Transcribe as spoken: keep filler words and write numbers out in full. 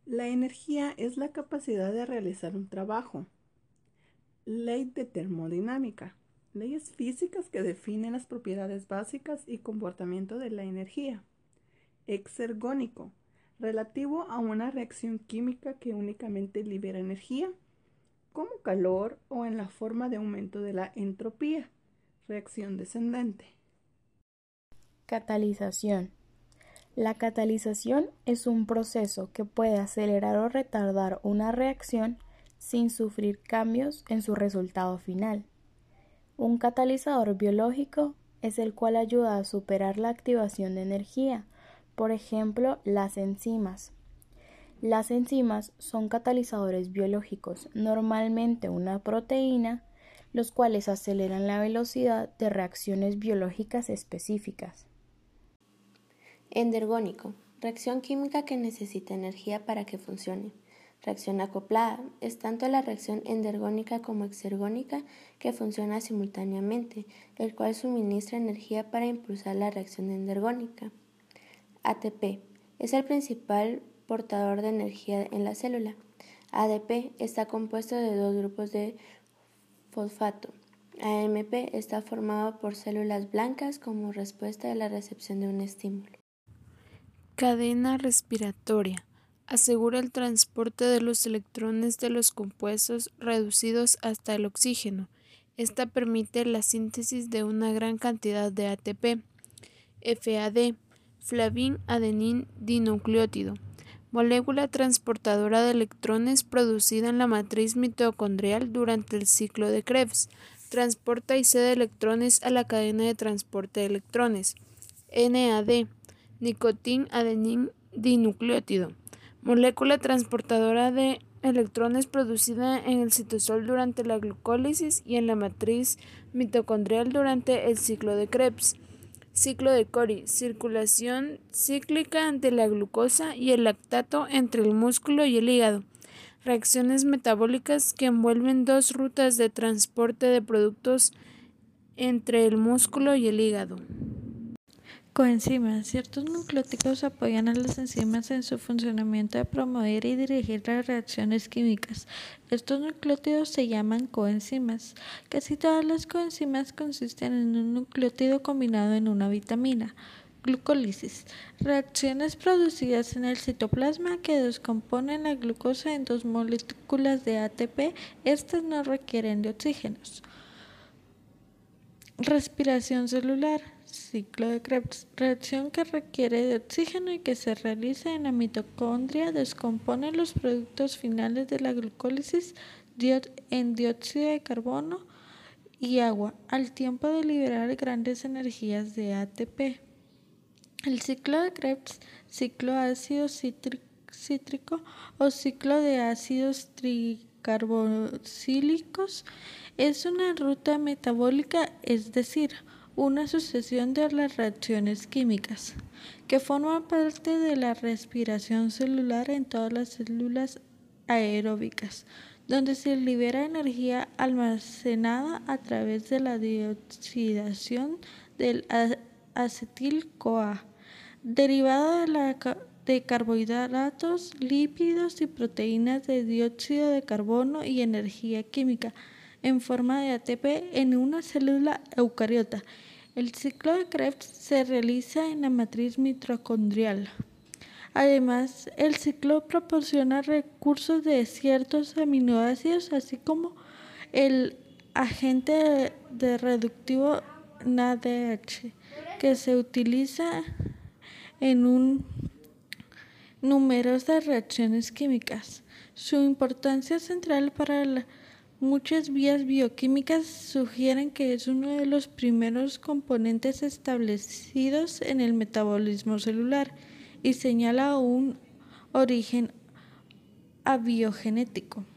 La energía es la capacidad de realizar un trabajo. Ley de termodinámica. Leyes físicas que definen las propiedades básicas y comportamiento de la energía. Exergónico. Relativo a una reacción química que únicamente libera energía, como calor o en la forma de aumento de la entropía. Reacción descendente. Catalización. La catalización es un proceso que puede acelerar o retardar una reacción sin sufrir cambios en su resultado final. Un catalizador biológico es el cual ayuda a superar la activación de energía, por ejemplo, las enzimas. Las enzimas son catalizadores biológicos, normalmente una proteína, los cuales aceleran la velocidad de reacciones biológicas específicas. Endergónico. Reacción química que necesita energía para que funcione. Reacción acoplada. Es tanto la reacción endergónica como exergónica que funciona simultáneamente, el cual suministra energía para impulsar la reacción endergónica. A T P. Es el principal portador de energía en la célula. A D P está compuesto de dos grupos de fosfato. A M P está formado por células blancas como respuesta a la recepción de un estímulo. Cadena respiratoria. Asegura el transporte de los electrones de los compuestos reducidos hasta el oxígeno. Esta permite la síntesis de una gran cantidad de A T P. F A D. Flavin adenin dinucleótido. Molécula transportadora de electrones producida en la matriz mitocondrial durante el ciclo de Krebs. Transporta y cede electrones a la cadena de transporte de electrones. N A D. Nicotin adenin dinucleótido. Molécula transportadora de electrones producida en el citosol durante la glucólisis y en la matriz mitocondrial durante el ciclo de Krebs. Ciclo de Cori. Circulación cíclica de la glucosa y el lactato entre el músculo y el hígado. Reacciones metabólicas que envuelven dos rutas de transporte de productos entre el músculo y el hígado. Coenzimas. Ciertos nucleótidos apoyan a las enzimas en su funcionamiento de promover y dirigir las reacciones químicas. Estos nucleótidos se llaman coenzimas. Casi todas las coenzimas consisten en un nucleótido combinado en una vitamina. Glucólisis. Reacciones producidas en el citoplasma que descomponen la glucosa en dos moléculas de A T P. Estas no requieren de oxígenos. Respiración celular. Ciclo de Krebs. Reacción que requiere de oxígeno y que se realiza en la mitocondria. Descompone los productos finales de la glucólisis en dióxido de carbono y agua, al tiempo de liberar grandes energías de A T P. El ciclo de Krebs, ciclo ácido cítrico o ciclo de ácidos tricarboxílicos, es una ruta metabólica, es decir, una sucesión de las reacciones químicas, que forman parte de la respiración celular en todas las células aeróbicas, donde se libera energía almacenada a través de la deoxidación del acetil-CoA, derivada de, la, de carbohidratos, lípidos y proteínas de dióxido de carbono y energía química en forma de A T P en una célula eucariota. El ciclo de Krebs se realiza en la matriz mitocondrial. Además, el ciclo proporciona recursos de ciertos aminoácidos, así como el agente de reductivo N A D H, que se utiliza en un, numerosas reacciones químicas. Su importancia central para la Muchas vías bioquímicas sugieren que es uno de los primeros componentes establecidos en el metabolismo celular y señala un origen abiogenético.